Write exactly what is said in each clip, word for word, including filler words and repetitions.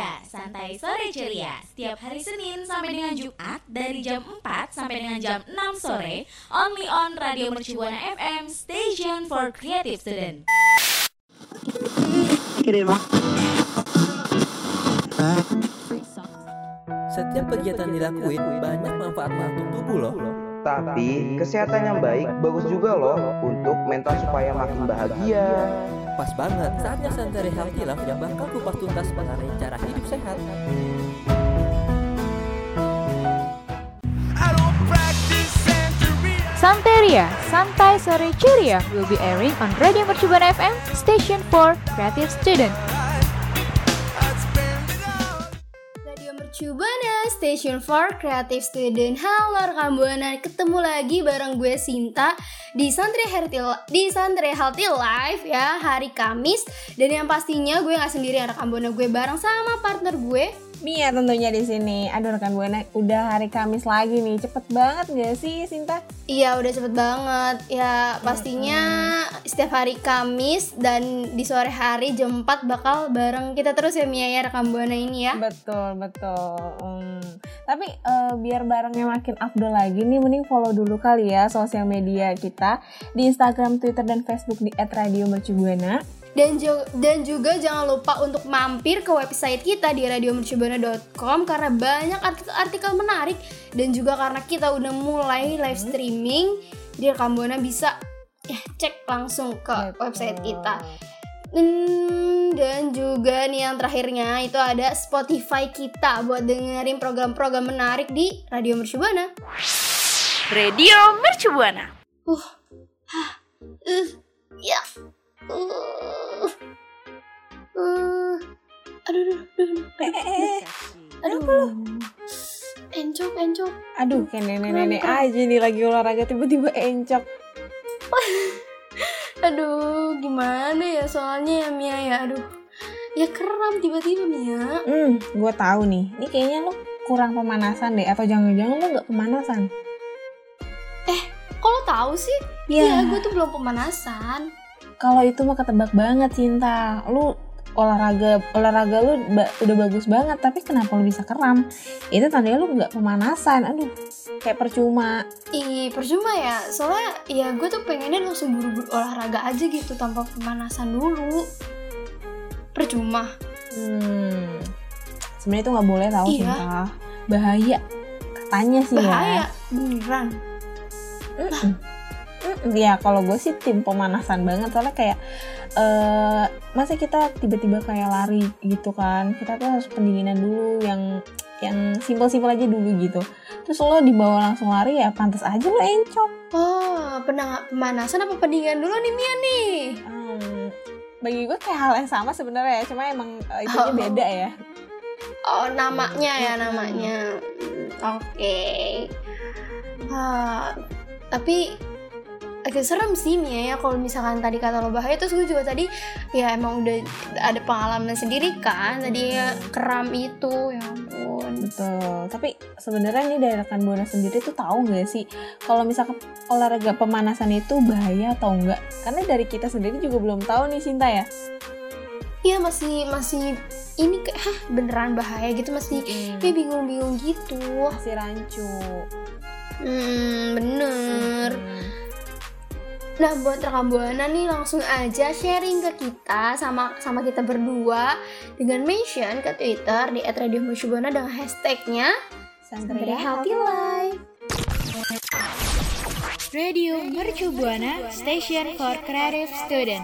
Santeria, santai sore ceria. Setiap hari Senin sampai dengan Jumat dari jam empat sampai dengan jam enam sore, only on Radio Mercu Buana F M, Station for Creative Student. Setiap kegiatan dilakuin banyak manfaatnya untuk tubuh loh. Tapi kesehatan yang baik bagus juga loh untuk mental supaya makin bahagia. Pas banget, saatnya Santeria Healthy Life yang bakal kupas tuntas mengenai cara hidup sehat. Santeria, santai sore ceria will be airing on Radio Mercu Buana F M, Station for Creative Student. Radio Mercu Buana, Station for Creative Student. Halo rekan Buana, ketemu lagi bareng gue Sinta di Santeria Healthy di Santeria Healthy Life ya, hari Kamis. Dan yang pastinya gue nggak sendirian rekan Buana, gue bareng sama partner gue Mia tentunya di sini. Aduh rekan Buana, udah hari Kamis lagi nih. Cepet banget gak sih Sinta? Iya udah cepet banget. Ya pastinya mm-hmm. setiap hari Kamis dan di sore hari jam empat bakal bareng kita terus ya Mia ya rekan Buana ini ya. Betul betul. Hmm. Tapi uh, biar barengnya makin afdol lagi nih, mending follow dulu kali ya sosial media kita di Instagram, Twitter, dan Facebook di et radio mercu buana. Dan, ju- dan juga jangan lupa untuk mampir ke website kita di radio mercu buana dot com karena banyak artikel-artikel menarik. Dan juga karena kita udah mulai live streaming, jadi rekan Buana bisa ya, cek langsung ke Betul. website kita. Hmm, dan juga nih yang terakhirnya itu ada Spotify kita buat dengerin program-program menarik di Radio Mercu Buana. Radio Mercu Buana. Uh, uh, uh, ya. Uh, uh, aduh, aduh, aduh, eh, aduh, aduh, encok, encok. Aduh, kayak nenek-nenek aja nih lagi olahraga tiba-tiba encok. Aduh, gimana ya soalnya ya Mia ya, aduh, ya kram tiba-tiba Mia. Hmm, gue tahu nih, ini kayaknya lo kurang pemanasan deh, atau jangan-jangan lo nggak pemanasan? Eh, kok lo tahu sih? Ya, ya gue tuh belum pemanasan. Kalau itu mah ketebak banget Cinta. Lu olahraga olahraga lu ba- udah bagus banget, tapi kenapa lu bisa kram? Itu tandanya lu nggak pemanasan. Aduh, kayak percuma. Ih, percuma ya. Soalnya ya gue tuh pengennya langsung buru-buru olahraga aja gitu tanpa pemanasan dulu. Percuma. Hmm. Sebenarnya itu nggak boleh tahu iya. Cinta. Bahaya. Katanya sih Bahaya. ya. Bahaya. Beneran. Mm-mm. Ya kalau gue sih tim pemanasan banget, soalnya kayak uh, masa kita tiba-tiba kayak lari gitu kan, kita tuh harus pendinginan dulu yang yang simpel-simpel aja dulu gitu. Terus lo dibawa langsung lari ya pantas aja lo encok. Oh, pernah pemanasan apa pendinginan dulu nih Mia nih? Hmm, bagi gue kayak hal yang sama sebenarnya ya, cuma emang uh, itunya oh. beda ya. Oh namanya ya namanya. Oke. Okay. Uh, tapi agak serem sih Mia ya kalau misalkan tadi kata lo bahaya, terus gue juga tadi ya emang udah ada pengalaman sendiri kan tadi ya kram itu, ya ampun. Betul. Tapi sebenarnya nih dari rekan Buana sendiri tuh tahu nggak sih kalau misalkan olahraga pemanasan itu bahaya atau enggak? Karena dari kita sendiri juga belum tahu nih Sinta ya. Iya masih masih ini kayak hah beneran bahaya gitu, masih hmm. kayak bingung-bingung gitu. Masih rancu. Hmm bener. Hmm. Nah buat rekan Buana nih langsung aja sharing ke kita sama sama kita berdua dengan mention ke Twitter di et radio mercu buana dengan hashtagnya Santeria Healthy Life. Radio Mercu Buana, Station for Creative Student.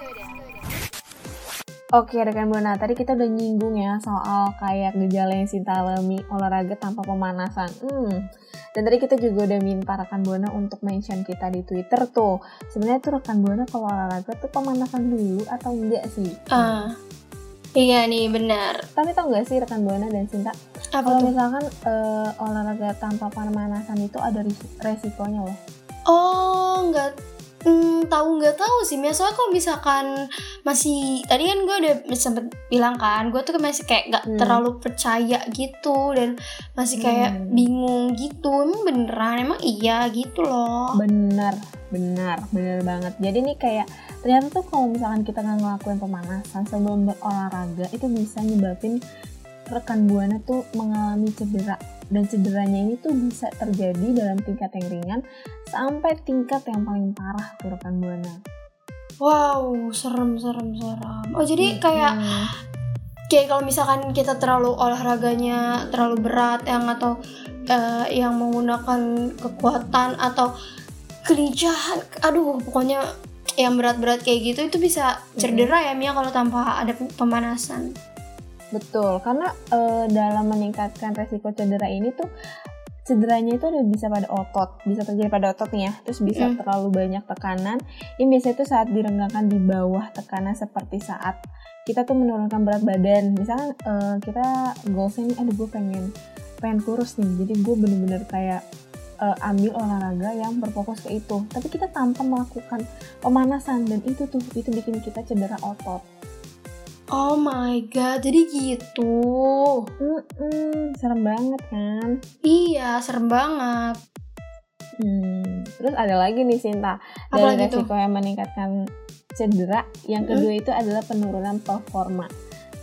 Oke rekan Buana, tadi kita udah nyinggung ya soal kayak gejala yang Sinta alami olahraga tanpa pemanasan. Hmm. Dan tadi kita juga udah minta rekan Buana untuk mention kita di Twitter tuh. Sebenarnya tuh rekan Buana kalau olahraga tuh pemanasan dulu atau enggak sih? Ah, uh, iya nih benar. Tapi tau nggak sih rekan Buana dan Sinta? Kalau misalkan uh, olahraga tanpa pemanasan itu ada ris- resikonya loh. Oh nggak. Hmm, tahu nggak tahu sih, soalnya kalau misalkan masih tadi kan gue udah sempet bilang kan, gue tuh masih kayak nggak hmm. terlalu percaya gitu dan masih kayak hmm. bingung gitu, emang beneran emang iya gitu loh. Bener, bener, bener banget. Jadi nih kayak ternyata tuh kalau misalkan kita nggak ngelakuin pemanasan sebelum berolahraga itu bisa nyebabin rekan Buana tuh mengalami cedera, dan cederanya ini tuh bisa terjadi dalam tingkat yang ringan sampai tingkat yang paling parah tuh rekan Buana. Wow, serem serem serem. Oh jadi kayak Hmm. kayak kalau misalkan kita terlalu olahraganya terlalu berat yang atau uh, yang menggunakan kekuatan atau kelincahan, aduh pokoknya yang berat-berat kayak gitu itu bisa cedera ya Mia kalau tanpa ada pemanasan. Betul, karena uh, dalam meningkatkan resiko cedera ini tuh cederanya itu udah bisa pada otot, bisa terjadi pada ototnya, terus bisa Mm. terlalu banyak tekanan. Ini biasanya tuh saat direnggangkan di bawah tekanan seperti saat kita tuh menurunkan berat badan. Misalnya uh, kita goalsnya nih, aduh gue pengen pengen kurus nih, jadi gue bener-bener kayak uh, ambil olahraga yang berfokus ke itu. Tapi kita tanpa melakukan pemanasan, dan itu tuh itu bikin kita cedera otot. Oh my god, jadi gitu. Mm-mm, serem banget kan? Iya, serem banget. Hmm. Terus ada lagi nih Sinta, Apa dari lagi tuh? resiko yang meningkatkan cedera. Yang Mm-mm. kedua itu adalah penurunan performa.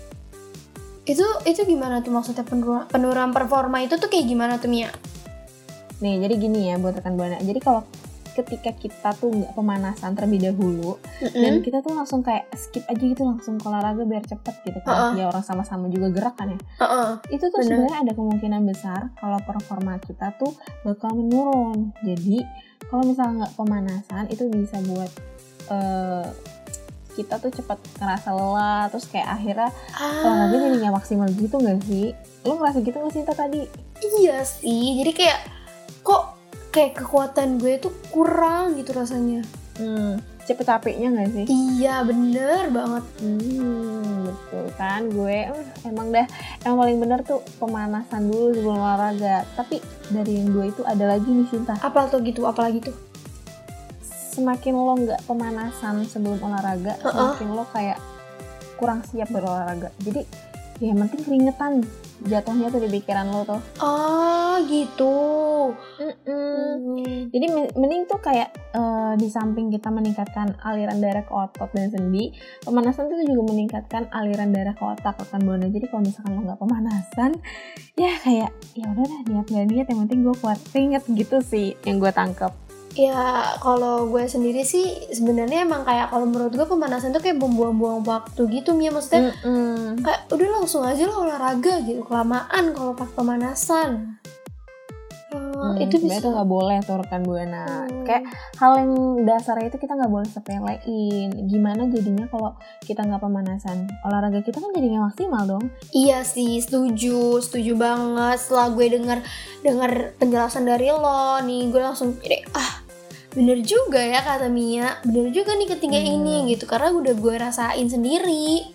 Itu itu gimana tuh maksudnya penurunan, penurunan performa itu tuh kayak gimana tuh Mia? Nih jadi gini ya buat rekan Buana. Jadi kalau ketika kita tuh nggak pemanasan terlebih dahulu, dan kita tuh langsung kayak skip aja gitu, langsung ke olahraga biar cepet gitu kan. Uh-uh. Ya orang sama-sama juga gerak kan ya. Heeh. Itu tuh Bener. sebenarnya ada kemungkinan besar kalau performa kita tuh bakal menurun. Jadi kalau misalnya nggak pemanasan itu bisa buat uh, kita tuh cepat ngerasa lelah, terus kayak akhirnya olahraga jadi nggak maksimal gitu nggak sih? Lo ngerasa gitu nggak sih Sinta tadi? Iya sih, jadi kayak kok kayak kekuatan gue tuh kurang gitu rasanya. Hmm, cepet capeknya nggak sih? Iya bener banget. Hmm, betul kan, gue eh, emang dah emang paling bener tuh pemanasan dulu sebelum olahraga. Tapi dari yang dua itu ada lagi nih Sinta, Apa tuh gitu, apa lagi tuh? semakin lo nggak pemanasan sebelum olahraga, Uh-uh. semakin lo kayak kurang siap berolahraga. Jadi ya yang penting keringetan jatuhnya tuh di pikiran lo tuh. Oh gitu. Mm-mm. Hmm. Jadi men- mending tuh kayak eh, di samping kita meningkatkan aliran darah ke otot dan sendi, pemanasan itu juga meningkatkan aliran darah ke otak rekan Buana. Jadi kalau misalkan lo nggak pemanasan, ya kayak ya udah dah niat nggak niat, yang penting gue kuat keringet gitu sih yang gue tangkep. Ya kalau gue sendiri sih sebenarnya emang kayak kalau menurut gue pemanasan tuh kayak buang-buang waktu gitu Mia, maksudnya Mm-mm. kayak udah langsung aja lah olahraga gitu, kelamaan kalau pas pemanasan. Uh, Hmm, itu sebenarnya bisa tuh nggak boleh tuh rekan Buana. Hmm. Kayak hal yang dasarnya itu kita nggak boleh sepelein. Gimana jadinya kalau kita nggak pemanasan? Olahraga kita kan jadi nggak maksimal dong. Iya sih, setuju, setuju banget. Setelah gue denger denger penjelasan dari lo nih, gue langsung kayak ah bener juga ya kata Mia, bener juga nih ketiga Hmm. ini gitu, karena udah gue rasain sendiri.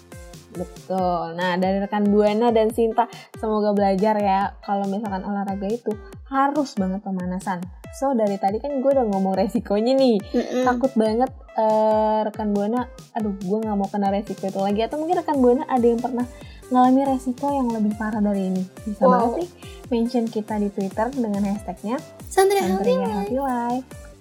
Betul. Nah, dari rekan Buana dan Sinta, semoga belajar ya kalau misalkan olahraga itu harus banget pemanasan. So, dari tadi kan gue udah ngomong resikonya nih. Mm-mm. Takut banget eh, rekan Buana, aduh gue gak mau kena resiko itu lagi. Atau mungkin rekan Buana ada yang pernah ngalami resiko yang lebih parah dari ini. Bisa Wow. banget nih mention kita di Twitter dengan hashtagnya Santri Healthy Santrinya Healthy Life.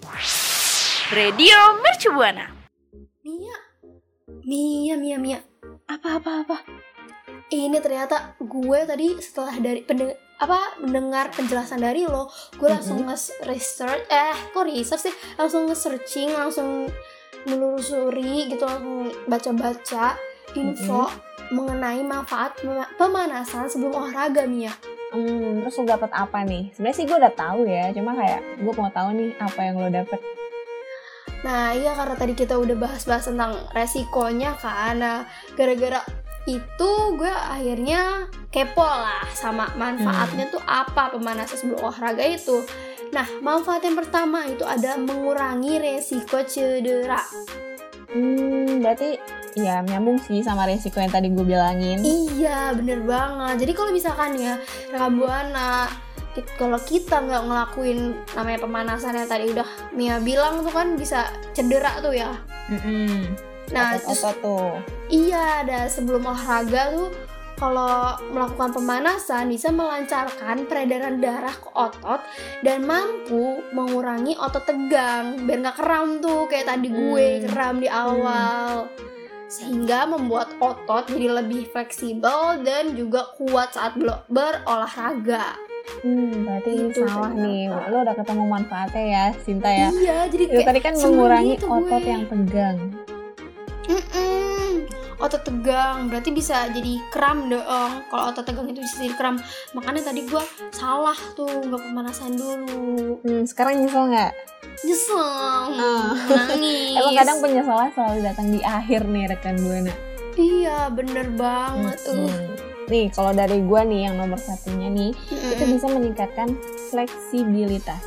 Radio Mercu Buana. Mia, Mia, Mia, Mia. Apa-apa-apa? Ini ternyata gue tadi setelah dari pendeng- apa mendengar penjelasan dari lo, gue langsung nge-research, eh kok research sih, langsung nge-searching, langsung menelusuri gitu, langsung baca-baca info mengenai manfaat pema- pemanasan sebelum olahraga Mia. Hmm, terus lo dapet apa nih? Sebenarnya sih gue udah tahu ya, cuma kayak gue mau tahu nih apa yang lo dapet. Nah iya, karena tadi kita udah bahas-bahas tentang resikonya kan, nah gara-gara itu gue akhirnya kepo lah sama manfaatnya tuh apa pemanasan sebelum olahraga itu. Nah manfaat yang pertama itu ada mengurangi resiko cedera. Hmm, berarti ya nyambung sih sama resiko yang tadi gue bilangin. Iya bener banget. Jadi kalau misalkan ya rekan Buana, kit- kalau kita nggak ngelakuin namanya pemanasan yang tadi udah Mia bilang tuh kan bisa cedera tuh ya. Mm-mm. Nah terus Otot-otot tuh. iya, ada sebelum olahraga tuh kalau melakukan pemanasan bisa melancarkan peredaran darah ke otot dan mampu mengurangi otot tegang biar nggak kram tuh kayak tadi gue Hmm. kram di awal. sehingga membuat otot jadi lebih fleksibel dan juga kuat saat ber- berolahraga. Hmm, berarti ini Itu salah ternyata. nih. Lo udah ketemu manfaatnya ya, Sinta ya. Iya, jadi Itu kayak tadi kan seneng mengurangi gitu otot gue. yang tegang. Mm-mm. Otot tegang berarti bisa jadi kram dong. Kalau otot tegang itu bisa jadi kram. Makanya tadi gue salah tuh, nggak pemanasan dulu. Hmm, sekarang nyesel nggak? Nyesel, Oh. nangis. Emang kadang penyesalan selalu datang di akhir nih rekan Buana. Iya, bener banget. Uh. Hmm. Nih, kalau dari gua nih yang nomor satunya nih, Mm-mm. itu bisa meningkatkan fleksibilitas.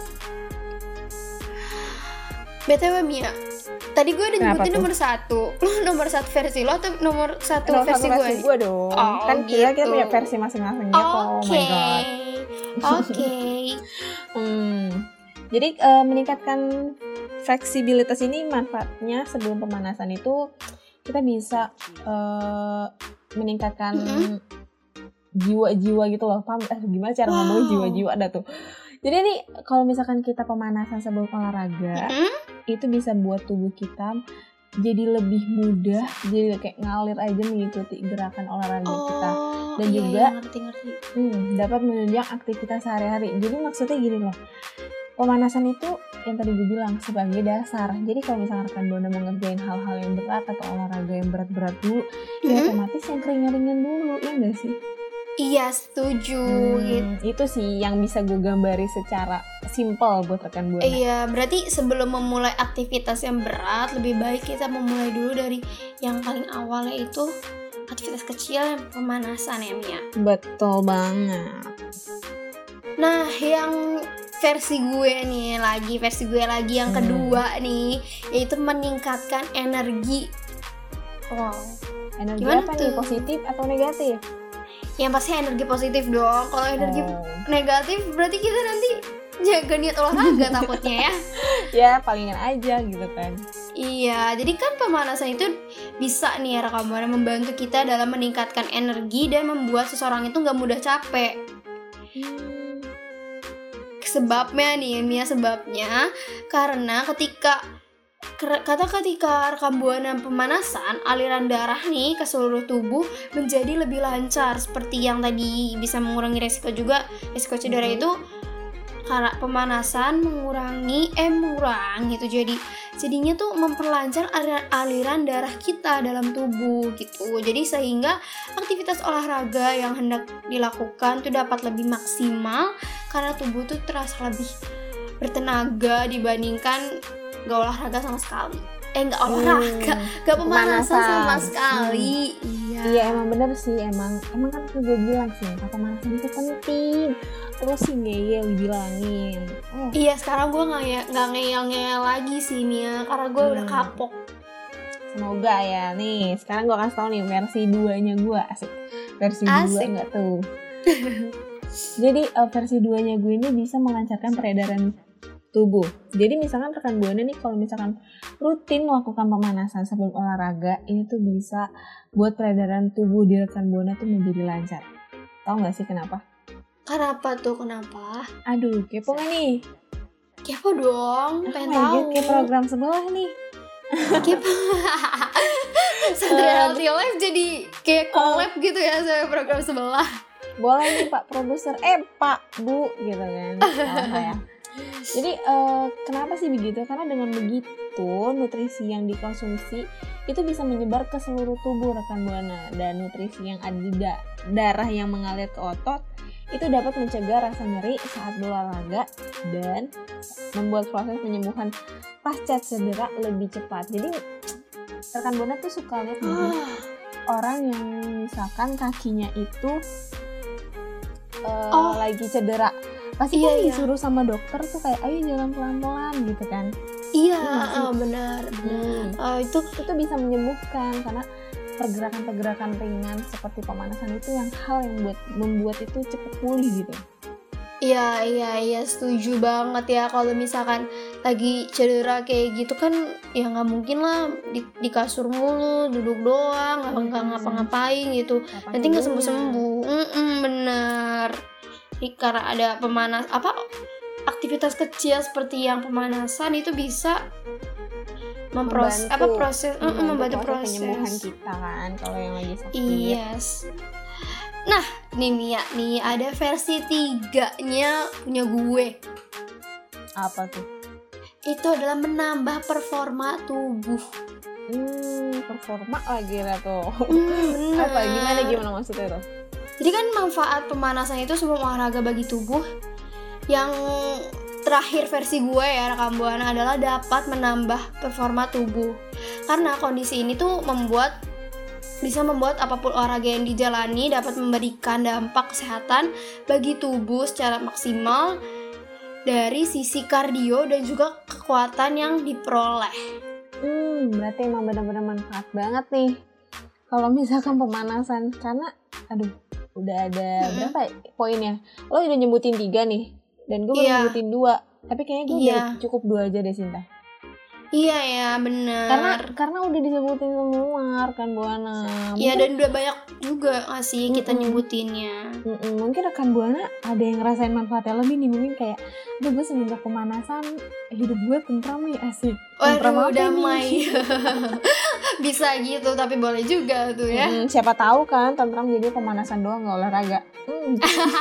B T W Mia, tadi gue udah Kenapa nyebutin tuh? nomor satu. Lo nomor satu versi lo atau nomor satu Nomor versi satu gue? versi gua dong. Oh, Kan kita, kita gitu. punya versi masing-masing gitu. Oh Oke, my god. oke. Hmm. Jadi eh, meningkatkan fleksibilitas ini manfaatnya sebelum pemanasan itu kita bisa eh, meningkatkan Mm-mm. jiwa-jiwa gitu loh. Paham? Eh, gimana cara ngomong Wow. jiwa-jiwa ada tuh. Jadi nih kalau misalkan kita pemanasan sebelum olahraga, Mm-mm. itu bisa buat tubuh kita jadi lebih mudah, jadi kayak ngalir aja mengikuti gerakan olahraga kita. Oh, Dan iya, juga iya, ngerti-ngerti. Hmm, dapat menunjang aktivitas sehari-hari. Jadi maksudnya gini loh, pemanasan itu yang tadi gue bilang sebagai dasar. Jadi kalau misalkan rekan Buana mau ngerjain hal-hal yang berat atau olahraga yang berat-berat dulu, ya Mm-mm. otomatis yang ringan-ringan dulu, ya enggak sih? Iya, setuju. Gitu. Hmm, itu sih yang bisa gue gambari secara simpel buat rekan Buana. Iya, berarti sebelum memulai aktivitas yang berat, lebih baik kita memulai dulu dari yang paling awalnya itu aktivitas kecil yang pemanasan ya Mia. Betul banget. Nah, yang versi gue nih lagi, versi gue lagi yang Hmm. kedua nih, yaitu meningkatkan energi. Wow. Energi Gimana apa tuh? nih? Positif atau negatif? Yang pasti energi positif dong. Kalau energi Oh. negatif berarti kita nanti jaga niat olahraga takutnya ya. Ya palingan aja gitu kan. Iya, jadi kan pemanasan itu bisa nih ya rekam Buana membantu kita dalam meningkatkan energi dan membuat seseorang itu nggak mudah capek. Sebabnya nih, Mia sebabnya karena ketika kata ketika rekam Buana pemanasan, aliran darah nih ke seluruh tubuh menjadi lebih lancar, seperti yang tadi bisa mengurangi resiko juga resiko cedera Mhm. itu karena pemanasan mengurangi eh mengurangi itu jadi jadinya tuh memperlancar aliran, aliran darah kita dalam tubuh gitu. Jadi sehingga aktivitas olahraga yang hendak dilakukan tuh dapat lebih maksimal karena tubuh tuh terasa lebih bertenaga dibandingkan gak olahraga sama sekali. Eh gak olahraga, Hmm, gak pemanasan pemanasan. sama sekali. Iya. Iya emang bener sih, emang emang kan gue bilang sih kata pemanasan itu penting. Terus sih ngeyel dibilangin. Oh, Iya, sekarang gue nggak ya nggak ngeyel-ngeyel lagi sih Mia, karena gue udah Hmm. kapok. semoga ya nih. Sekarang gue kasih tau nih versi duanya gue asik. Versi dua Asik. enggak tuh. Jadi uh, versi duanya gue ini bisa melancarkan peredaran tubuh. Jadi misalkan rekan Buana nih kalau misalkan rutin melakukan pemanasan sebelum olahraga, ini tuh bisa buat peredaran tubuh di rekan Buana tuh menjadi lancar. Tahu nggak sih kenapa? Kenapa tuh? Kenapa? Aduh, kepo nggak nih? Kepo dong, pengen Oh my tahu. God, kayak program sebelah nih. Kepo. Sandra Healthy Life jadi kayak collab gitu ya sama program sebelah. Boleh nih Pak Produser, eh Pak Bu gitu kan. Salah ya. Jadi eh, kenapa sih begitu? Karena dengan begitu nutrisi yang dikonsumsi itu bisa menyebar ke seluruh tubuh rekan Buana, dan nutrisi yang ada di da- darah yang mengalir ke otot itu dapat mencegah rasa nyeri saat berolahraga dan membuat proses penyembuhan pasca cedera lebih cepat. Jadi rekan Buana tuh suka lihat nih, Ah, orang yang misalkan kakinya itu uh, Oh. lagi cedera, pasti Iya, kan iya. disuruh sama dokter tuh kayak ayo jalan pelan-pelan gitu kan. iya, Iya sih. ah, benar. Hmm. Ah, itu Itu bisa menyembuhkan karena pergerakan-pergerakan ringan seperti pemanasan itu yang hal yang buat membuat itu cepat pulih gitu. Iya, iya, iya, setuju banget ya. Kalau misalkan lagi cedera kayak gitu kan ya nggak mungkin lah di, di kasur mulu, duduk doang, nggak nggak Hmm. ngapa-ngapain gitu. Apa Nanti nggak dulunya? sembuh-sembuh. Mm-mm, bener. Jadi karena ada pemanas apa aktivitas kecil seperti yang pemanasan itu bisa mempros membantu, apa proses mm, mm, membantu proses penyembuhan kita kan kalau yang lagi sakit. Yes. Nah, nih Mia, nih ada versi tiganya punya gue. Apa tuh? Itu adalah menambah performa tubuh. Hmm, performa lagi lah tuh. Hmm, Apa? Gimana gimana maksudnya tuh? Jadi kan manfaat pemanasan itu sebelum olahraga bagi tubuh. Yang terakhir versi gue ya rekam buana adalah dapat menambah performa tubuh. Karena kondisi ini tuh membuat bisa membuat apapun olahraga yang dijalani dapat memberikan dampak kesehatan bagi tubuh secara maksimal dari sisi kardio dan juga kekuatan yang diperoleh. Hmm, berarti emang benar-benar manfaat banget nih. Kalau misalkan pemanasan, karena aduh, udah ada hmm. berapa poinnya? Lo udah nyebutin tiga nih, dan gue baru Iya. nyebutin dua. Tapi kayaknya gue Iya. udah cukup dua aja deh, Sinta. Iya ya, benar. Karena karena udah disebutin semua rekan buana. Iya, dan udah banyak juga nggak sih kita Mm-mm. nyebutinnya. Mm-mm, mungkin rekan buana ada yang ngerasain manfaatnya lebih nih, mungkin kayak aduh gue semenjak pemanasan hidup gue tentram nih, asik. Tentram Waduh, apa ini? damai. Bisa gitu, tapi boleh juga tuh ya. Mm, siapa tahu kan tentram jadi pemanasan doang, nggak olahraga. Mm.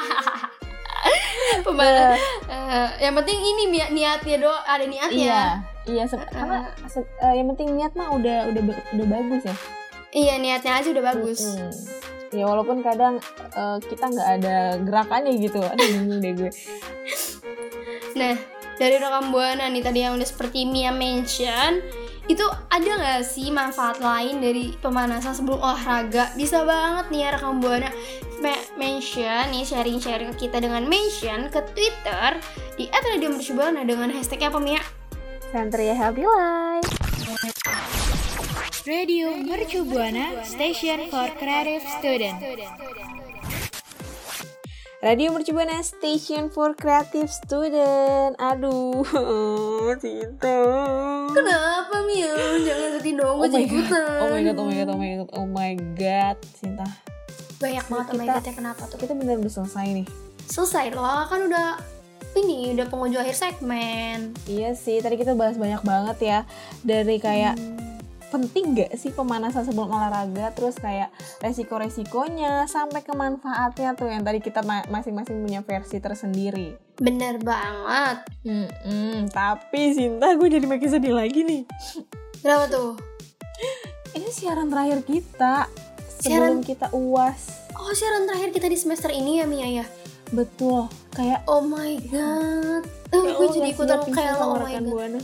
Pemana- eh, yang penting ini niat niatnya doang, ada niatnya. Iya, iya. Se- karena se- eh, yang penting niat mah udah udah ba- udah bagus ya. Iya, niatnya aja udah bagus. Mm-mm. Ya walaupun kadang eh, kita nggak ada gerakannya gitu, aduh bingung deh gue. Nah, dari rekam buana nih tadi yang udah seperti Mia mention, itu ada nggak sih manfaat lain dari pemanasan sebelum olahraga? Bisa banget nih ya rekam buana me- mention nih, sharing-sharing ke kita dengan mention ke Twitter di et radio mercubuana dengan hashtagnya apa, Mia? Santria Healthy Life. Radio Mercu Buana, Station for Creative Student. Radio Mercu Buana, Station for Creative Student. Aduh, Cinta. Kenapa, Mia? Jangan sedih dong, gue jadi ikutan. Oh my god, oh my god, oh my god, oh my god, Cinta. Banyak banget oh my Kita- God-nya, kenapa tuh? Kita benar udah selesai nih. Selesai loh, kan udah ini, udah pengunjung akhir segmen. Iya sih, tadi kita bahas banyak banget ya. Dari kayak penting gak sih pemanasan sebelum olahraga, terus kayak resiko-resikonya, sampai ke manfaatnya tuh yang tadi kita ma- masing-masing punya versi tersendiri. Bener banget. Mm-mm, tapi Sinta, gue jadi makin sedih lagi nih. Kenapa tuh? Ini siaran terakhir kita Siaran- sebelum kita U A S. Oh, siaran terakhir kita di semester ini ya, Mia ya? Betul, kayak Oh my god. Eh, kayak gue lo jadi nggak ikutan siap kayak pisah lo, sama oh my rekan god. Buana.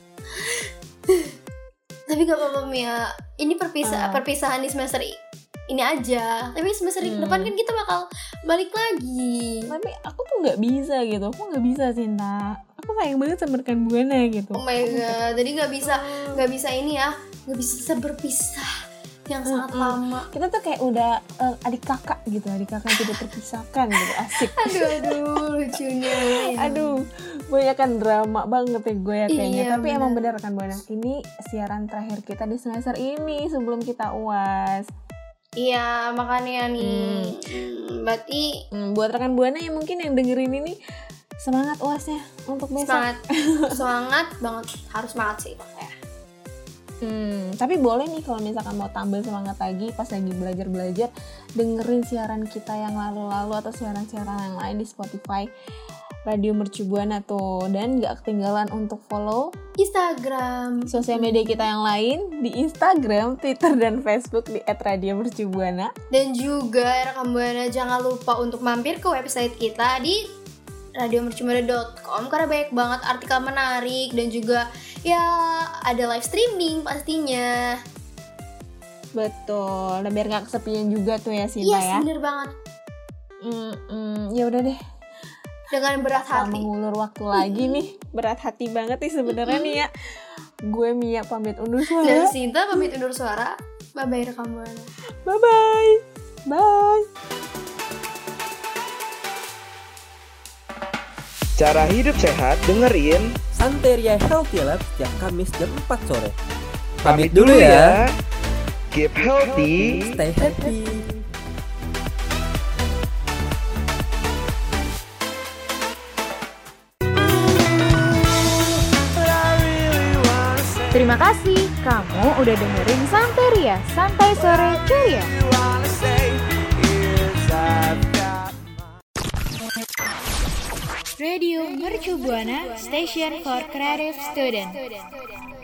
Tapi gak apa-apa, Mia. Ini perpisa- Ah. perpisahan di semester i- ini aja. Tapi semester Hmm. depan kan kita bakal balik lagi. Tapi aku tuh nggak bisa gitu, aku nggak bisa Sinta. Aku sayang banget sama rekan Buana gitu. Oh my god. Jadi gak bisa, gak bisa ini ya. Gak bisa berpisah yang sangat Mm-mm. lama. Kita tuh kayak udah eh, adik kakak gitu, adik kakak yang tidak terpisahkan gitu, asik. Aduh, aduh, lucunya. Aduh, banyak kan drama banget ya gue ya kayaknya. Iya, Tapi benar. emang benar kan Buana, ini siaran terakhir kita di semester ini sebelum kita U A S. Iya, makanya nih. Hmm, berarti Hmm, buat rekan Buana yang mungkin yang dengerin ini, semangat U A S-nya untuk besok. semangat, semangat banget. Harus semangat sih makanya. Hmm, tapi boleh nih kalau misalkan mau tambah semangat lagi pas lagi belajar-belajar, dengerin siaran kita yang lalu-lalu atau siaran-siaran yang lain di Spotify Radio Mercu Buana tuh. Dan gak ketinggalan untuk follow Instagram. sosial media kita yang lain di Instagram, Twitter, dan Facebook di et radio mercu buana. Dan juga rekam buana jangan lupa untuk mampir ke website kita di radio mercubuana dot com karena banyak banget artikel menarik dan juga ya ada live streaming pastinya. Betul, dan biar gak kesepian juga tuh ya Sinta Yes, ya. bener banget. Mm, mm, ya udah deh, Dengan berat selama hati. mengulur waktu lagi nih, berat hati banget nih sebenarnya nih ya. Gue Mia pamit undur Dan suara. Sinta pamit undur suara. Bye bye rekam buana. Bye bye. Bye. Cara hidup sehat dengerin. Santeria Healthy Lab setiap Kamis jam empat sore. Pamit dulu ya. Keep healthy. Stay happy. Terima Terima kasih kamu udah dengerin Santeria, Santai Sore Ceria. Radio Mercu Buana, Station for Creative Student.